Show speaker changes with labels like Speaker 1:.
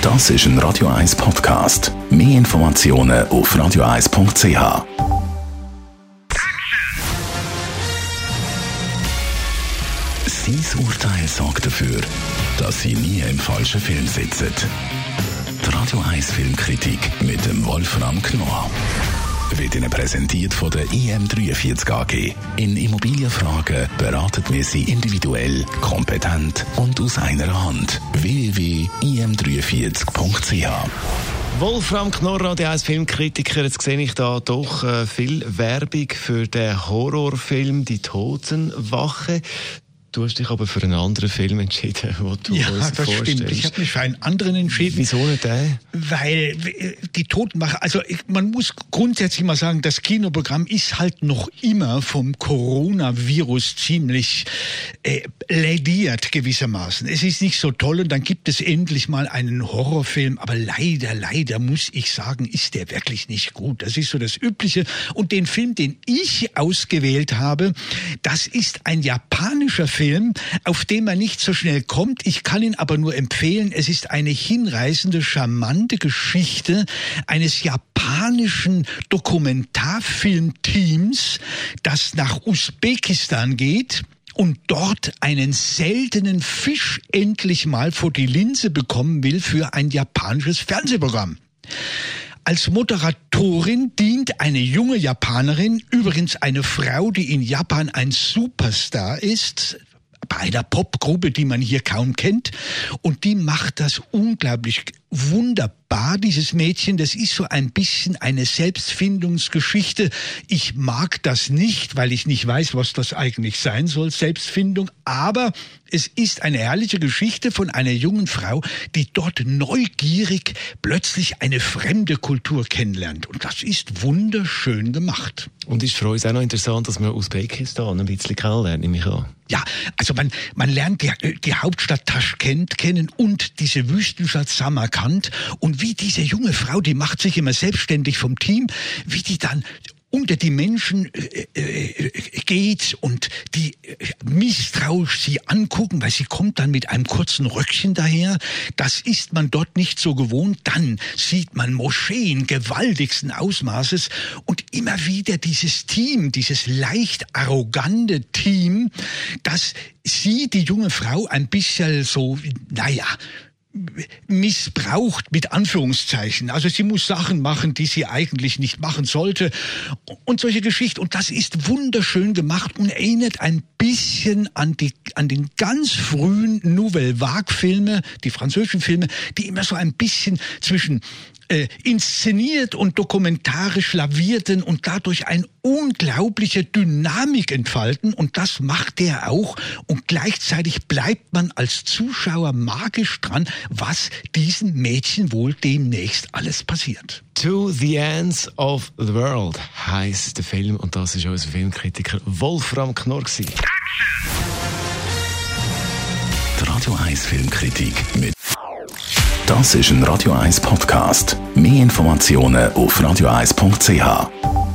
Speaker 1: Das ist ein Radio 1 Podcast. Mehr Informationen auf radio1.ch. Sein Urteil sorgt dafür, dass Sie nie im falschen Film sitzen. Die Radio 1 Filmkritik mit dem Wolfram Knorr wird Ihnen präsentiert von der IM43 AG. In Immobilienfragen beraten wir Sie individuell, kompetent und aus einer Hand. www.im43.ch.
Speaker 2: Wolfram Knorr, Radio 1 Filmkritiker. Jetzt sehe ich da doch viel Werbung für den Horrorfilm «Die Totenwache». Du hast dich aber für einen anderen Film entschieden, den du uns vorstellst. Ja, das stimmt.
Speaker 3: Ich habe mich für einen anderen entschieden.
Speaker 2: Wieso nicht den?
Speaker 3: Weil die Totenwache, also man muss grundsätzlich mal sagen, das Kinoprogramm ist halt noch immer vom Coronavirus ziemlich lädiert gewissermaßen. Es ist nicht so toll und dann gibt es endlich mal einen Horrorfilm, aber leider muss ich sagen, ist der wirklich nicht gut. Das ist so das Übliche. Und den Film, den ich ausgewählt habe, das ist ein japanischer Film, auf den man nicht so schnell kommt. Ich kann ihn aber nur empfehlen. Es ist eine hinreißende, charmante Geschichte eines japanischen Dokumentarfilmteams, das nach Usbekistan geht und dort einen seltenen Fisch endlich mal vor die Linse bekommen will für ein japanisches Fernsehprogramm. Als Moderatorin dient eine junge Japanerin, übrigens eine Frau, die in Japan ein Superstar ist, bei einer Popgruppe, die man hier kaum kennt. Und die macht das unglaublich wunderbar, dieses Mädchen. Das ist so ein bisschen eine Selbstfindungsgeschichte. Ich mag das nicht, weil ich nicht weiß, was das eigentlich sein soll, Selbstfindung. Aber es ist eine herrliche Geschichte von einer jungen Frau, die dort neugierig plötzlich eine fremde Kultur kennenlernt. Und das ist wunderschön gemacht.
Speaker 2: Und ist für uns auch noch interessant, dass man Usbekistan ein bisschen kennenlernt, nehme ich an.
Speaker 3: Ja, also man lernt die Hauptstadt Taschkent kennen und diese Wüstenstadt Samarkand. Und wie diese junge Frau, die macht sich immer selbstständig vom Team, wie die dann unter die Menschen geht und die misstrauisch sie angucken, weil sie kommt dann mit einem kurzen Röckchen daher. Das ist man dort nicht so gewohnt. Dann sieht man Moscheen gewaltigsten Ausmaßes und immer wieder dieses Team, dieses leicht arrogante Team, das sie, die junge Frau, ein bisschen so, missbraucht mit Anführungszeichen. Also sie muss Sachen machen, die sie eigentlich nicht machen sollte und solche Geschichten. Und das ist wunderschön gemacht und erinnert ein bisschen an den ganz frühen Nouvelle Vague-Filme, die französischen Filme, die immer so ein bisschen zwischen inszeniert und dokumentarisch lavierten und dadurch eine unglaubliche Dynamik entfalten. Und das macht er auch. Und gleichzeitig bleibt man als Zuschauer magisch dran, was diesen Mädchen wohl demnächst alles passiert.
Speaker 2: To the Ends of the World heisst der Film. Und das ist unser Filmkritiker Wolfram Knorr.
Speaker 1: Die Radio 1 Filmkritik mit Das ist ein Radio 1 Podcast. Mehr Informationen auf radio1.ch.